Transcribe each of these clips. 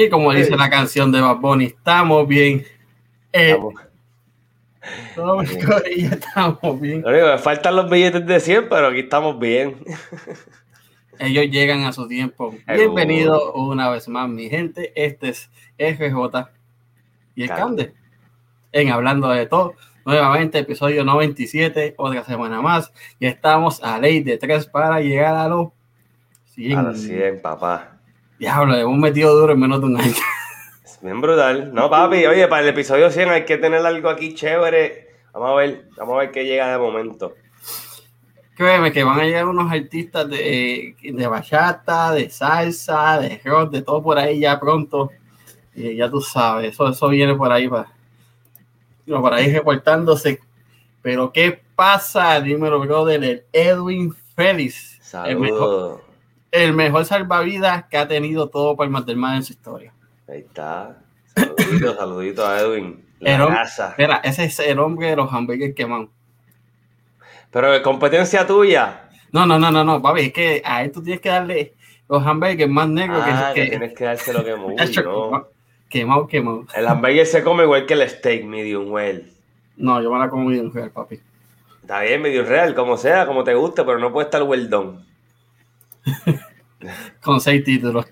Y como dice la canción de Bad Bunny, estamos bien. Estamos bien. Me faltan los billetes de 100, pero aquí estamos bien. Ellos llegan a su tiempo. Bienvenido una vez más, mi gente. Este es FJ y el Cande en Hablando de Todo. Nuevamente, episodio 97, otra semana más. Y estamos a ley de 3 para llegar a los 100. A los 100, papá. Diablo, hemos metido duro en menos de un año. Es bien brutal. No, papi, oye, para el episodio 100 hay que tener algo aquí chévere. Vamos a ver qué llega de momento. Créeme que van a llegar unos artistas de bachata, de salsa, de rock, de todo por ahí ya pronto. Y ya tú sabes, eso viene por ahí por ahí reportándose. Pero ¿qué pasa? Dímelo, brother, el Edwin Félix. Saludos. El mejor salvavidas que ha tenido todo Palmas del Mar en su historia. Ahí está. Saludito a Edwin. Espera, ese es el hombre de los hamburgues quemados. Pero competencia tuya. No, papi, es que a él tú tienes que darle los hamburgues más negros que tienes que dárselo quemado. No. Quemado. El hamburger se come igual que el steak, medium well. No, yo me la como medium real, papi. Está bien, medium real, como sea, como te guste, pero no puede estar well done. Con 6 títulos.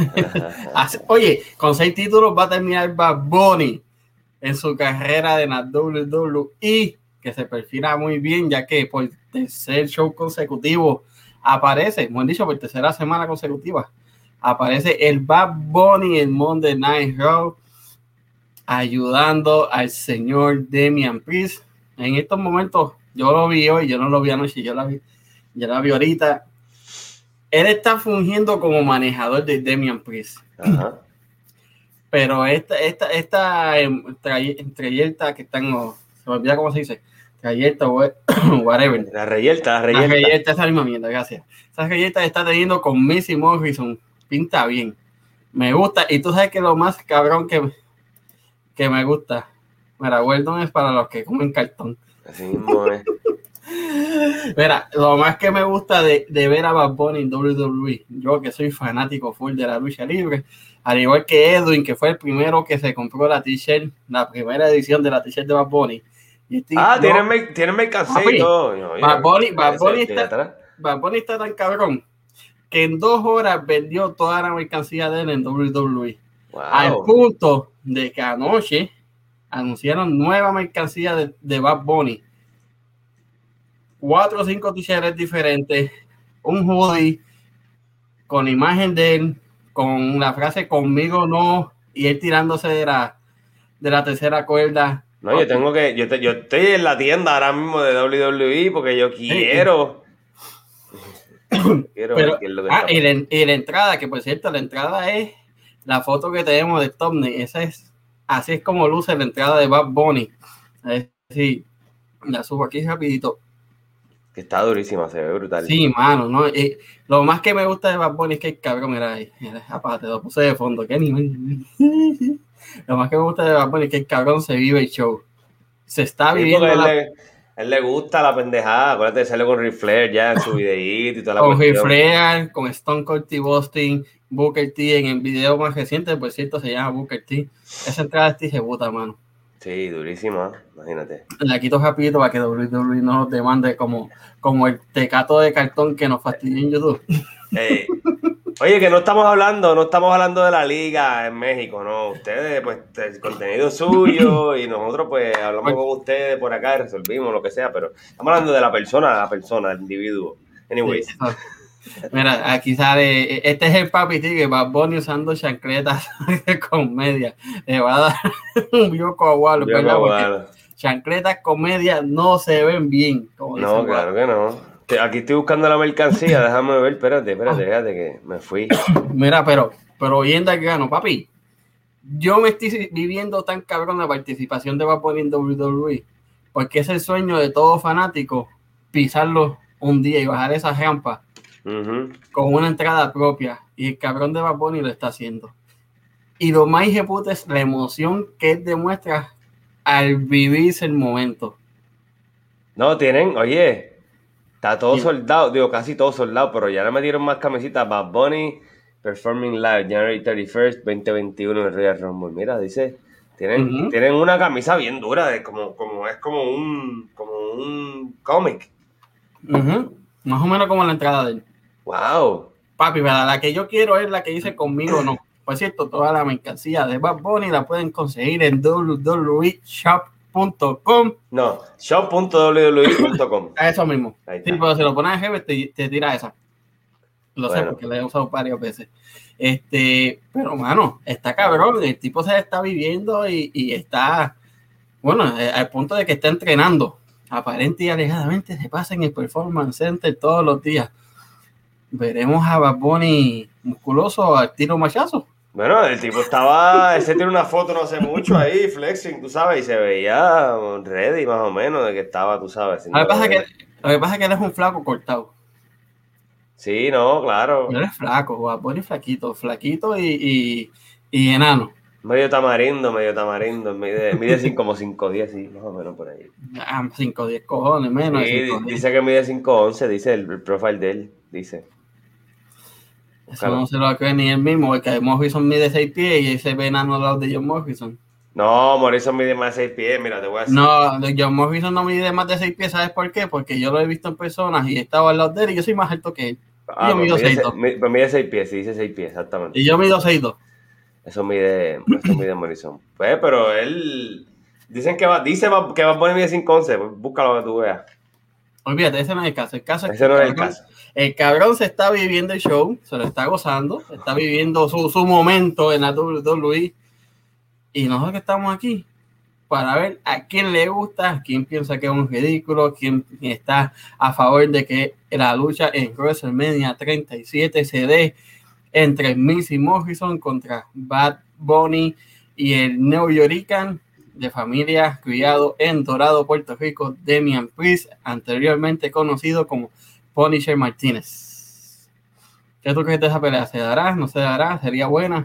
Oye, con 6 títulos va a terminar Bad Bunny en su carrera de la WWE, que se perfila muy bien, ya que por tercer show consecutivo aparece, mejor dicho, por tercera semana consecutiva, aparece el Bad Bunny en Monday Night Raw, ayudando al señor Damian Priest. En estos momentos, yo lo vi hoy, yo no lo vi anoche, yo la vi ahorita. Él está fungiendo como manejador de Damian Priest. Ajá. Pero esta entrevista que están, se me olvida cómo se dice, trayecta, whatever. La reyerta. Esa misma mierda, gracias. Esa reyerta está teniendo con Missy Morrison, pinta bien. Me gusta, y tú sabes que lo más cabrón que me gusta, mira, Weldon es para los que comen cartón. Así mismo es. Mira, lo más que me gusta de ver a Bad Bunny en WWE, yo que soy fanático full de la lucha libre, al igual que Edwin, que fue el primero que se compró la t-shirt, la primera edición de la t-shirt de Bad Bunny. Tienen mercancía y todo. Bad Bunny está tan cabrón que en 2 horas vendió toda la mercancía de él en WWE. Wow. Al punto de que anoche anunciaron nueva mercancía de Bad Bunny. 4 o 5 t-shirts diferentes, un hoodie con imagen de él, con la frase conmigo no, y él tirándose de la tercera cuerda. No, yo estoy en la tienda ahora mismo de WWE porque yo quiero. Quiero ver qué es lo que y la entrada, que por cierto, la entrada es la foto que tenemos de thumbnail. Así es como luce la entrada de Bad Bunny. Sí, la subo aquí rapidito. Que está durísima, se ve brutal. Sí, mano, ¿no? Lo más que me gusta de Bad Bunny es que el cabrón era ahí. Aparte, lo puse de fondo. ¿Qué nivel? Lo más que me gusta de Bad Bunny es que el cabrón se vive el show. Se está viviendo. Él le gusta la pendejada. Acuérdate de hacerlo con Ric Flair ya en su videíto y toda la con Ric Flair, con Stone Cold Steve Austin, Booker T en el video más reciente, por cierto, se llama Booker T. Esa entrada es tijebuta, mano. Sí, durísima, imagínate. La quito rapidito para que WWE no nos demande como el tecato de cartón que nos fastidia en YouTube. Oye, que no estamos hablando de la liga en México, ¿no? Ustedes, pues, el contenido suyo y nosotros, pues, hablamos con ustedes por acá y resolvimos lo que sea, pero estamos hablando de la persona, el individuo. Anyways. Sí, mira, aquí sale, este es el papi tigre, Bad Bunny usando chancletas con media. Le va a dar un bioco agualo, ¿verdad? Porque chancletas con media no se ven bien. No, claro que no. Aquí estoy buscando la mercancía, déjame ver, espérate, que me fui. Mira, pero oyendo al grano, papi, yo me estoy viviendo tan cabrón la participación de Bad Bunny en WWE, porque es el sueño de todo fanático pisarlo un día y bajar esa rampa con una entrada propia, y el cabrón de Bad Bunny lo está haciendo. Y lo más hijeputa es la emoción que él demuestra al vivirse el momento. No, oye, está todo soldado, digo, casi todo soldado, pero ya le metieron más camisitas. Bad Bunny Performing Live, January 31st, 2021 en el Royal Rumble. Mira, dice, Ujú, tienen una camisa bien dura, es como un cómic. ujú. Más o menos como la entrada de él. Wow. Papi, ¿verdad? La que yo quiero es la que dice conmigo no. Por cierto, toda la mercancía de Bad Bunny la pueden conseguir en www.shop.com. No, shop.wwe.com. A eso mismo. Ahí Sí, está. pero si lo pones en jefe, te tira esa. Lo sé Bueno, porque la he usado varias veces. Pero mano, está cabrón. El tipo se está viviendo y está, bueno, al punto de que está entrenando. Aparente y alegadamente se pasa en el Performance Center todos los días. Veremos a Bad Bunny musculoso al tiro machazo. bueno, el tipo ese tiene una foto no hace mucho ahí, flexing, tú sabes, y se veía ready más o menos de que estaba, tú sabes. Lo que pasa es que él es un flaco cortado. Sí, no, claro. Él es flaco, Bad Bunny flaquito, y enano. Medio tamarindo, mide como 5'10", sí, más o menos por ahí. 5 10 cojones, menos de Sí, 5 10. dice que mide 5'11", dice el profile de él, dice. Eso Búscalo. no se lo cree ni él mismo, porque Morrison mide 6 pies y ese ve enano al lado de John Morrison. No, Morrison mide más de 6 pies, mira, te voy a decir. No, John Morrison no mide más de 6 pies, ¿sabes por qué? Porque yo lo he visto en personas y he estado al lado de él y yo soy más alto que él. Y yo Pues mido 6'2". pues mide 6 pies, sí, dice 6 pies, exactamente. Y yo mido 6'2". Eso mide Morrison. Pues, pero él, dicen que que va a poner mide 5'11", pues búscalo que tú veas. Olvídate, ese no es el caso. El caso es que Ese no es el caso. el cabrón se está viviendo el show, se lo está gozando, está viviendo su momento en la WWE. Y nosotros que estamos aquí para ver a quién le gusta, a quién piensa que es un ridículo, quién está a favor de que la lucha en WrestleMania 37 se dé entre Miz y Morrison contra Bad Bunny y el neoyoricano de familia criado en Dorado, Puerto Rico, Damian Priest, anteriormente conocido como Punisher Martínez. ¿Qué tú crees de esa pelea? ¿Se dará? ¿No se dará? ¿Sería buena?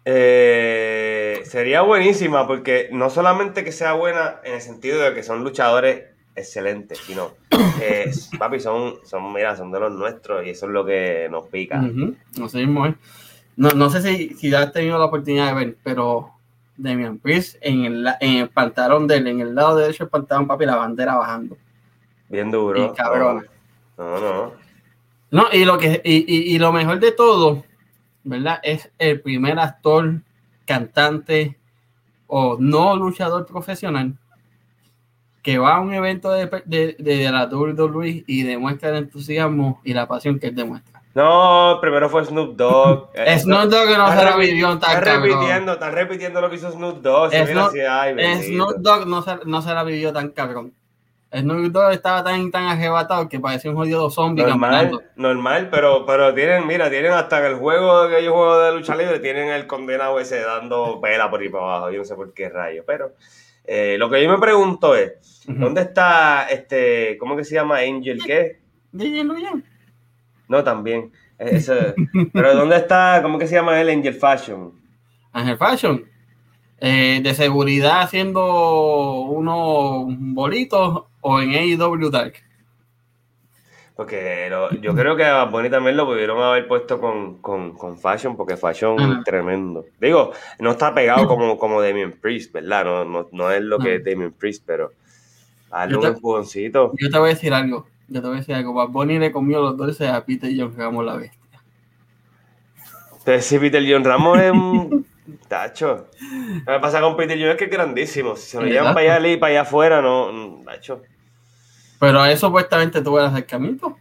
Sería buenísima porque no solamente que sea buena en el sentido de que son luchadores excelentes, sino que, papi, mira, son de los nuestros y eso es lo que nos pica. No sé mismo, ¿eh? No sé si has tenido la oportunidad de ver, pero Damian Priest en el pantalón de él, en el lado derecho del pantalón, papi, la bandera bajando. Bien Y duro. cabrona. No. No, y lo mejor de todo, ¿verdad? Es el primer actor, cantante o no luchador profesional que va a un evento de la WWE y demuestra el entusiasmo y la pasión que él demuestra. No, primero fue Snoop Dogg. Snoop Dogg no se la vivió tan cabrón. Están repitiendo lo que hizo Snoop Dogg. Si mira, ay, bendito. Snoop Dogg no se la vivió tan cabrón. Snoop Dogg estaba tan arrebatado que parecía un jodido zombie caminando. Normal, pero tienen hasta en el juego que yo juego de lucha libre, tienen el condenado ese dando pela por ahí para abajo. Yo no sé por qué rayo. Pero lo que yo me pregunto es, ¿dónde está cómo que se llama Angel? ¿Qué? No, también. Pero ¿dónde está, cómo que se llama él? Angel Fashion. Angel Fashion. De seguridad haciendo unos bolitos o en AEW Dark. Porque yo creo que a Bonnie también lo pudieron haber puesto con Fashion, porque Fashion es tremendo. Digo, no está pegado como Damien Priest, ¿verdad? No es lo que es Damien Priest, pero darle un empujoncito. Yo te voy a decir algo. Bad Bunny le comió los dulces a Peter John Ramos la bestia. Entonces, si Peter John Ramos es un tacho. Lo que pasa con Peter John es que es grandísimo. Si se lo llevan para allá y para allá afuera, no, tacho. Pero a eso supuestamente tuvo el acercamiento.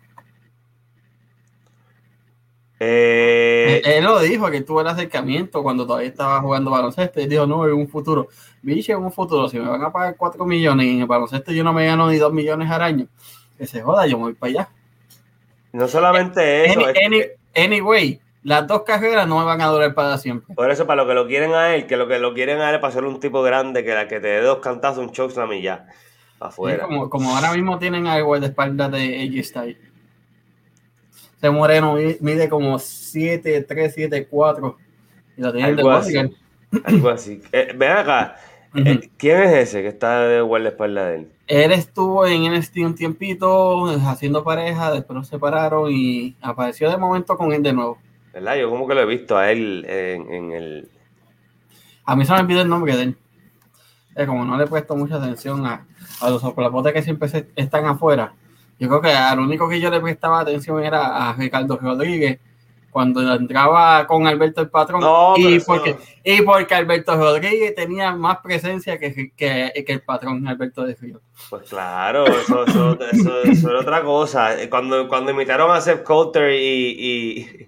Él lo dijo, que tuvo el acercamiento cuando todavía estaba jugando baloncesto. Él dijo, no, en un futuro. Bicho, en un futuro, si me van a pagar 4 millones y en el baloncesto yo no me gano ni 2 millones al año, que se joda, yo me voy para allá. No solamente eso. Anyway, las dos carreras no me van a durar para siempre. Por eso, para lo que lo quieren a él, que lo que lo quieren a él es para ser un tipo grande, que te dé 2 cantazos, un chokeslam y ya. Afuera. Sí, como ahora mismo tienen al guardaespaldas de AJ Styles. Ese moreno mide como 7'3", 7'4". Y lo tienen algo así. Ven acá. ¿Quién es ese que está de guardaespaldas de él? Él estuvo en NXT un tiempito haciendo pareja, después nos separaron y apareció de momento con él de nuevo. ¿verdad? Yo como que lo he visto a él en el... A mí se me olvidó el nombre de él. Como no le he puesto mucha atención a los soplapotes que siempre están afuera, yo creo que al único que yo le prestaba atención era a Ricardo Rodríguez cuando entraba con Alberto el Patrón, No, pero porque Alberto Rodríguez tenía más presencia que el Patrón Alberto de Río. pues claro, eso era otra cosa. Cuando imitaron a Seth Coulter y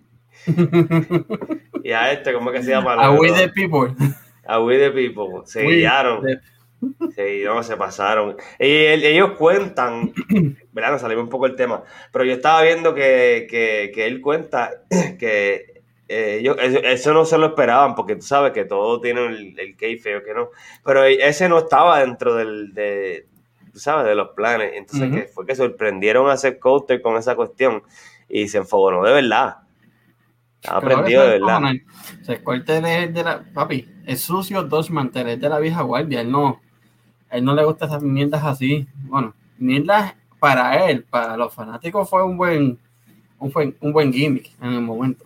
a ¿cómo es que se llama? A We the People. A We the People. Se guiaron. Sí, no, se pasaron. Ellos cuentan, ¿verdad? Nos salimos un poco el tema, pero yo estaba viendo que él cuenta que eso no se lo esperaban, porque tú sabes que todos tienen el kayfabe, que no, pero ese no estaba dentro tú sabes, de los planes. Entonces, que fue que sorprendieron a Seth Coulter con esa cuestión y se enfogonó de verdad. Estaba prendido de verdad. Seth Coulter es de la... Papi, es sucio, dos manteles de la vieja guardia. A él no le gustan esas mierdas así. Bueno, mierdas para él, para los fanáticos fue un buen gimmick en el momento.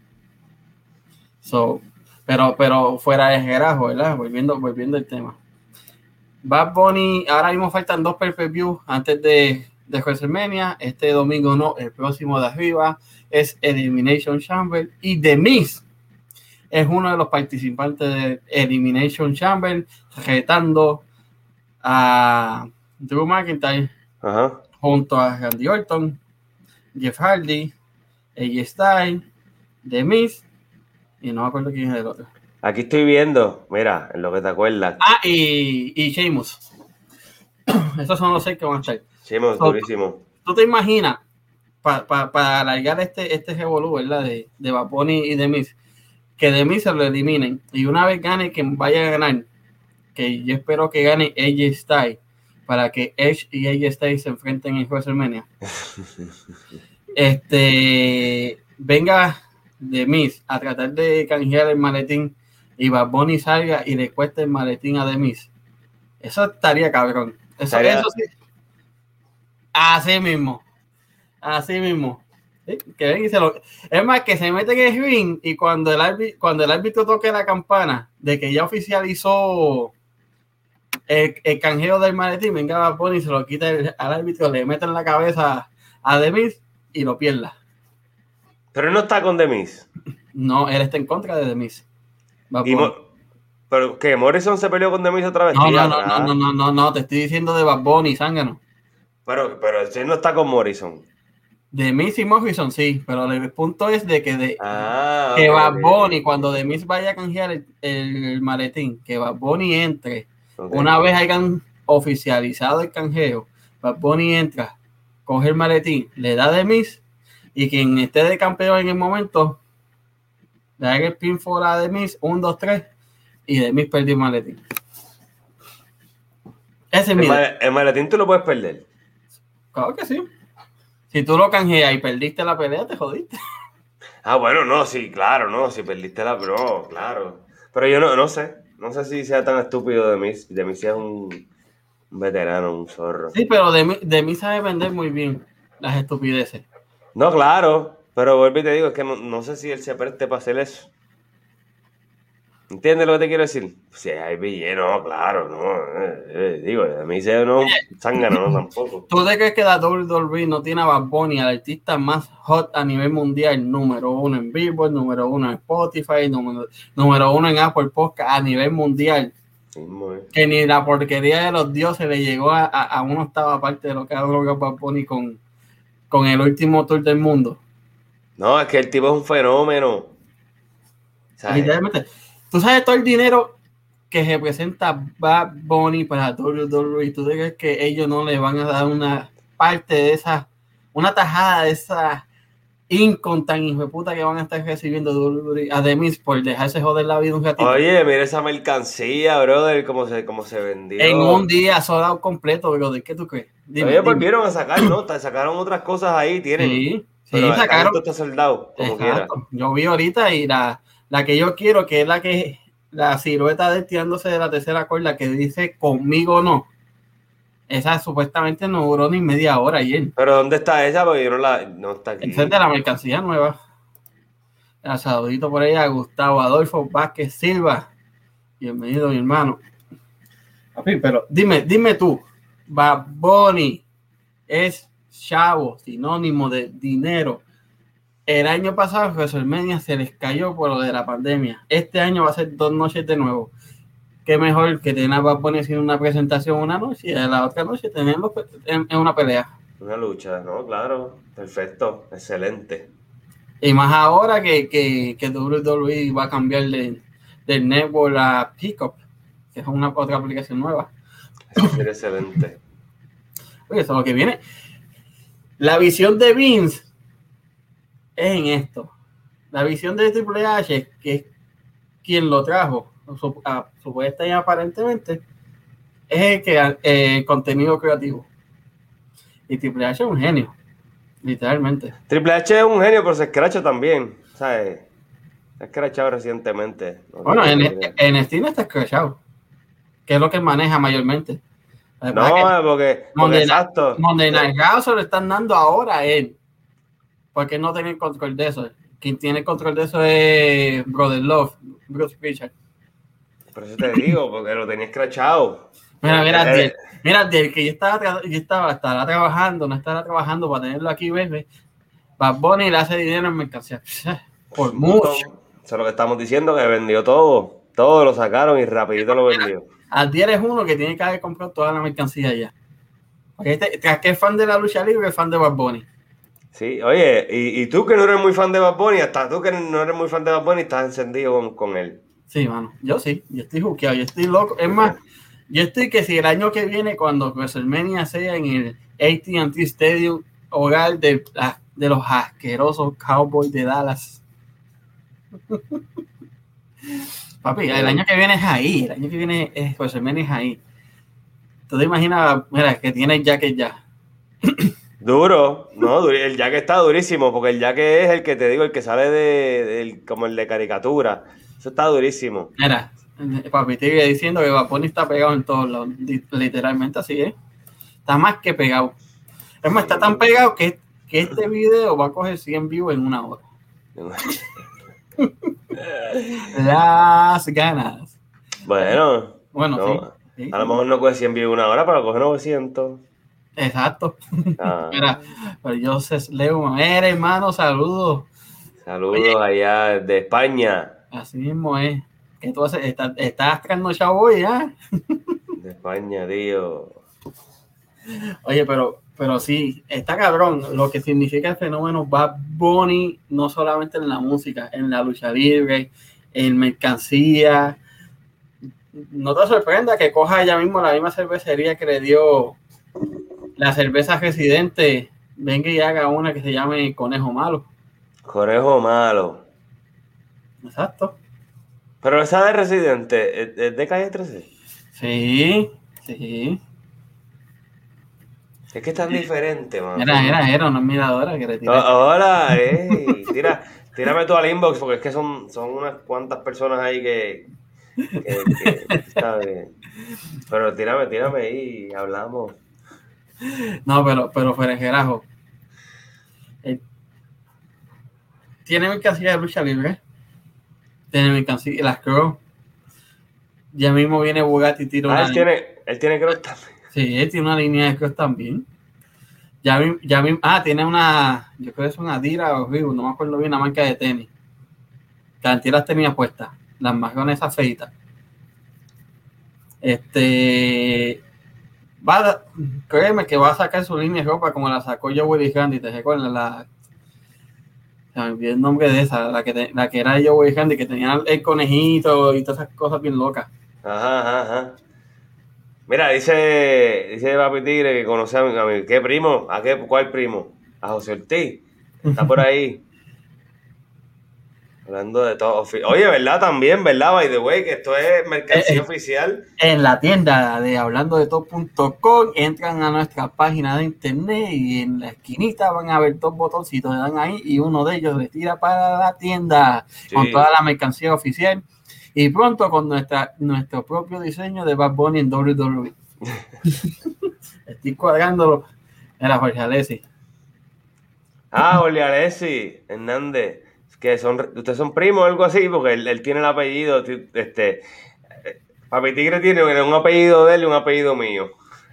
Pero fuera de gerajo, ¿verdad? Volviendo al tema. Bad Bunny, ahora mismo faltan 2 pay-per-views antes de WrestleMania. Este domingo no, el próximo de arriba es Elimination Chamber. Y The Miz es uno de los participantes de Elimination Chamber, retando a Drew McIntyre junto a Randy Orton, Jeff Hardy, AJ Styles, The Miz y no me acuerdo quién es el otro. Aquí estoy viendo, mira, en lo que te acuerdas. Y Sheamus. Esos son los 6 que van a estar. Sheamus, durísimo. ¿Tú te imaginas para alargar este revolú, ¿verdad? De Bad Bunny y The Miz, que The Miz se lo eliminen y una vez gane quien vaya a ganar, que yo espero que gane AJ Styles para que Edge y AJ Styles se enfrenten en WrestleMania. Venga The Miz a tratar de canjear el maletín y Bad Bunny salga y le cueste el maletín a The Miz. Eso estaría cabrón. Eso sí. Así mismo. ¿Sí? Que ven y es más, que se meten en el ring y cuando el árbitro toque la campana de que ya oficializó el canjeo del maletín, venga Bad Bunny y se lo quita al árbitro, le mete en la cabeza a The Miz y lo pierda. Pero él no está con The Miz. No, él está en contra de The Miz. ¿Pero qué? ¿Morrison se peleó con The Miz otra vez? No, te estoy diciendo de Bad Bunny, zángano. Pero él no está con Morrison. The Miz y Morrison sí, pero el punto es de que Bad Bunny, cuando The Miz vaya a canjear el maletín, que Bad Bunny entre, una vez hayan oficializado el canjeo, Bad Bunny entra, coge el maletín, le da The Miz, y quien esté de campeón en el momento, le haga el pinfall a The Miz, 1, 2, 3, y The Miz perdió el maletín. El maletín tú lo puedes perder. Claro que sí. Si tú lo canjeas y perdiste la pelea, te jodiste. Bueno, no, sí, claro, no, si perdiste claro. Pero yo no sé si sea tan estúpido de mí es un veterano, un zorro. Sí, pero de mí sabe vender muy bien las estupideces. No, claro, pero vuelvo y te digo, es que no sé si él se preste para hacer eso. ¿Entiendes lo que te quiero decir? Si hay billete, no, claro, no. Digo, a mí se no zángano, no tampoco. ¿Tú te crees que la WWE no tiene a Bad Bunny, al artista más hot a nivel mundial? Número 1 en Billboard, número 1 en Spotify, número 1 en Apple Podcast a nivel mundial. Sí, que ni la porquería de los dioses le llegó a una octava parte de lo que ha logrado Bad Bunny con el último tour del mundo. No, es que el tipo es un fenómeno. Literalmente. Tú sabes todo el dinero que representa Bad Bunny para WWE. ¿Tú crees que ellos no le van a dar una parte de esa, una tajada de esa income tan hijo de puta que van a estar recibiendo WWE a The Miz por dejarse joder la vida un ratito? Oye, mira esa mercancía, brother, cómo se vendió. En un día soldado completo, brother. ¿Qué tú crees? Dime. Volvieron a sacar, ¿no? Sacaron otras cosas ahí, tienen. Sí, pero sacaron. Está soldado, como quiera. Yo vi ahorita y la que yo quiero, que es la silueta de él tirándose de la tercera cuerda que dice conmigo no. Esa supuestamente no duró ni media hora ayer. ¿Pero dónde está esa? Porque yo no está aquí. Esa es de la mercancía nueva. Saludito por ahí a Gustavo Adolfo Vázquez Silva. Bienvenido, mi hermano. Papi, pero dime tú, Bad Bunny es chavo, sinónimo de dinero. El año pasado WrestleMania se les cayó por lo de la pandemia. Este año va a ser 2 noches de nuevo. Qué mejor que tener a Bad Bunny haciendo una presentación una noche y a la otra noche tenerlo en una pelea. Una lucha, ¿no? Claro, perfecto, excelente. Y más ahora que WWE va a cambiar del network a Peacock, que es una otra aplicación nueva. Eso sería excelente. Oye, eso es lo que viene. La visión de Vince es en esto. La visión de Triple H, que es quien lo trajo, supuestamente y aparentemente, es el contenido creativo. Y Triple H es un genio, literalmente. Triple H es un genio, pero se escracha también, ¿sabes? Se ha escrachado recientemente. No, bueno, en Steam está escrachado, que es lo que maneja mayormente. No, porque exacto. Monday Night Raw se lo están dando ahora a él, porque no tiene el control de eso. Quien tiene el control de eso es Brother Love, Bruce Prichard. Por eso te digo, porque lo tenía escrachado. Mira, que yo estará trabajando, no estará trabajando para tenerlo aquí, bebé. Bad Bunny le hace dinero en mercancía. Por mucho. Eso es lo que estamos diciendo, que vendió todo. Todo lo sacaron y rapidito lo vendió. Adiel es uno que tiene que haber comprado toda la mercancía ya. Que es fan de la lucha libre, es fan de Bad Bunny. Sí, oye, y tú que no eres muy fan de Bad Bunny, hasta tú que no eres muy fan de Bad Bunny, estás encendido con él. Sí, mano, yo estoy juqueado, yo estoy loco. Es más, yo estoy que si el año que viene, cuando WrestleMania sea en el AT&T Stadium, hogar de los asquerosos Cowboys de Dallas. Papi, el año que viene es ahí, el año que viene es WrestleMania es ahí. ¿Tú te imaginas, mira, que tiene el jacket ya? Duro, no, el jacket está durísimo, porque el jacket es el que te digo, el que sale como el de caricatura. Eso está durísimo. Mira, papi, estoy diciendo que Bad Bunny está pegado en todos lados, literalmente así es. Está más que pegado. Es más, está tan pegado que este video va a coger 100 views en 1 hora. Las ganas. Bueno, no, sí. A lo mejor no coge 100 views en 1 hora, pero coge 900. Exacto. Mira, pero yo leo, mira, hermano, saludos. Saludos. Oye, allá de España. Así mismo es. Que tú estás trasnochado hoy, ¿eh? De España, tío. Oye, pero sí, está cabrón lo que significa el fenómeno Bad Bunny, no solamente en la música, en la lucha libre, en mercancía. No te sorprenda que coja ella mismo la misma cervecería que le dio la cerveza Residente, venga y haga una que se llame Conejo Malo. Conejo Malo. Exacto. Pero esa de Residente, ¿es de Calle 13? Sí. Es que es tan diferente, man. Era una miradora que le tiré. Hola, tírame tú al inbox, porque es que son unas cuantas personas ahí que está bien. Pero tírame ahí y hablamos. No, pero fuera de carajo. Tiene mercancía de lucha libre. Tiene mercancía, las Crocs. Ya mismo viene Bugatti y tira una. Él tiene Crocs también. Sí, él tiene una línea de Crocs también. Tiene una, yo creo que es una Adidas o Reebok, no me acuerdo bien la marca de tenis. Que antes las tenía puestas, las marrones esas feitas. Créeme que va a sacar su línea de ropa como la sacó Joey Randy, ¿te recuerdas? Se me olvidó el nombre de esa, la que era Joey Randy, que tenía el conejito y todas esas cosas bien locas. Ajá. Mira, dice Papi Tigre que conoce a mi ¿qué primo? ¿Cuál primo? A José Ortiz. Está por ahí. Hablando de todo. Oye, ¿verdad? También, ¿verdad? By the way, que esto es mercancía oficial. En la tienda de hablandodetod.com entran a nuestra página de internet y en la esquinita van a ver 2 botoncitos, le dan ahí y uno de ellos les tira para la tienda con toda la mercancía oficial y pronto con nuestro propio diseño de Bad Bunny en WWE. Estoy cuadrándolo. Era Jorge Alessi. Jorge Alessi Hernández. Ustedes son primos o algo así, porque él tiene el apellido, Papi Tigre tiene un apellido de él y un apellido mío.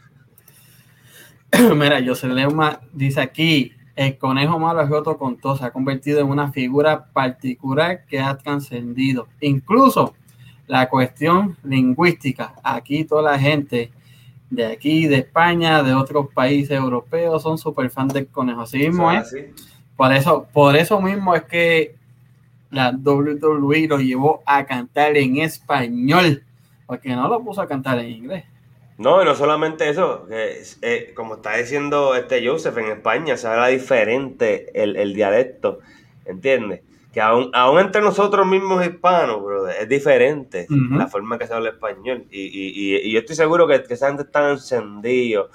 Mira, José Leuma dice aquí, el conejo malo es roto con todo, se ha convertido en una figura particular que ha trascendido. Incluso la cuestión lingüística. Aquí toda la gente de aquí, de España, de otros países europeos, son súper fans del conejo. Así mismo es. Así. Por eso mismo es que la WWE lo llevó a cantar en español, porque no lo puso a cantar en inglés. No, y no solamente eso, que, como está diciendo Joseph, en España se habla diferente el dialecto, ¿entiendes? Que aún entre nosotros mismos hispanos, brother, es diferente la forma que se habla español. Y yo estoy seguro que esa gente está encendido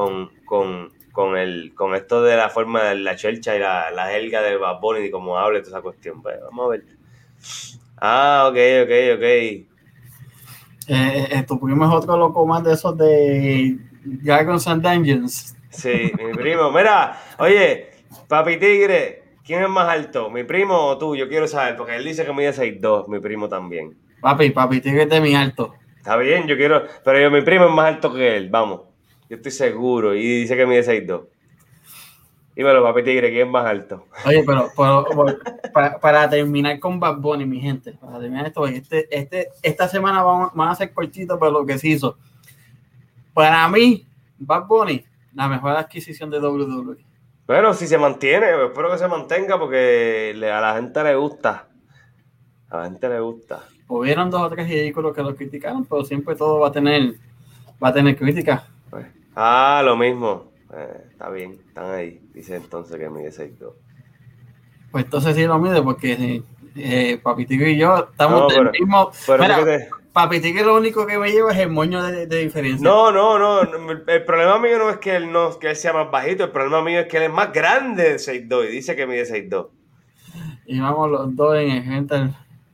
con esto de la forma de la chelcha y la jerga del Bad Bunny y cómo habla y toda esa cuestión. Pues, vamos a ver. Ah, ok. Tuvimos otro loco más de esos de Dragons and Dungeons. Sí, mi primo. Mira, oye, Papi Tigre, ¿quién es más alto? ¿Mi primo o tú? Yo quiero saber, porque él dice que mide 6'2", mi primo también. Papi, Tigre de mi alto. Está bien, yo quiero, pero mi primo es más alto que él, vamos. Yo estoy seguro, y dice que mide 6'2". Dímelo, Papi Tigre, ¿quién es más alto? Oye, pero para terminar con Bad Bunny, mi gente, para terminar esto, esta semana van a ser cortitos, pero lo que se hizo. Para mí, Bad Bunny, la mejor adquisición de WWE. Bueno, si se mantiene, espero que se mantenga porque a la gente le gusta. A la gente le gusta. Hubieron 2 o 3 ridículos que lo criticaron, pero siempre todo va a tener crítica. Pues, lo mismo. Está bien, están ahí. Dice entonces que mide 6'2". Pues entonces sí lo mide, porque Papi Tigre y yo estamos del mismo. Mira, Papi Tigre lo único que me lleva es el moño de diferencia. No. El problema mío no es que él sea más bajito, el problema mío es que él es más grande de 6'2" y dice que mide 6'2". Y vamos los dos en el gente.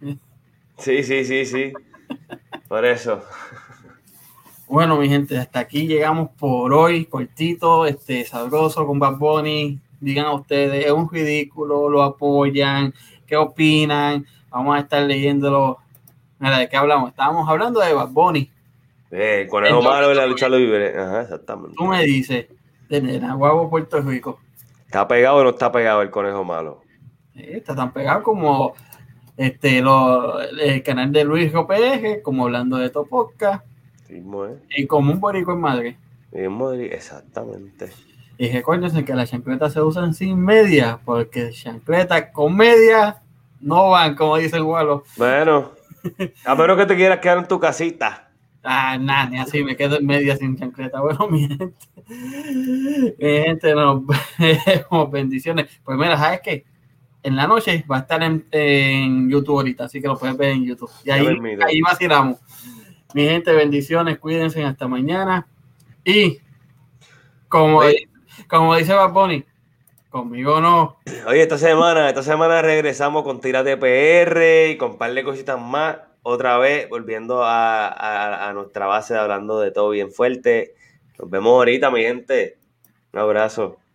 Sí. Por eso. Bueno, mi gente, hasta aquí llegamos por hoy, cortito, sabroso con Bad Bunny. Digan a ustedes, es un ridículo, lo apoyan, ¿qué opinan? Vamos a estar leyéndolo. Mira, ¿de qué hablamos? Estábamos hablando de Bad Bunny. El conejo malo de la lucha libre. Ajá, exactamente. Tú me dices, de Naguabo, Puerto Rico. ¿Está pegado o no está pegado el conejo malo? Está tan pegado como el canal de Luis Ropeje, como hablando de Toposca. Y como un boricua en Madrid. Exactamente. Y recuérdense que las chancletas se usan sin media, porque chancletas con media no van, como dice el Gualo. Bueno, a menos que te quieras quedar en tu casita. Nada, ni así me quedo en media sin chancleta. Bueno, mi gente, nos vemos, bendiciones. Pues mira, ¿sabes qué? En la noche va a estar en YouTube ahorita, así que lo puedes ver en YouTube. Y ahí vacilamos. Mi gente, bendiciones, cuídense hasta mañana. Y como dice Bad Bunny, conmigo no. Oye, esta semana regresamos con Tírate PR y con un par de cositas más. Otra vez, volviendo a nuestra base, hablando de todo bien fuerte. Nos vemos ahorita, mi gente. Un abrazo.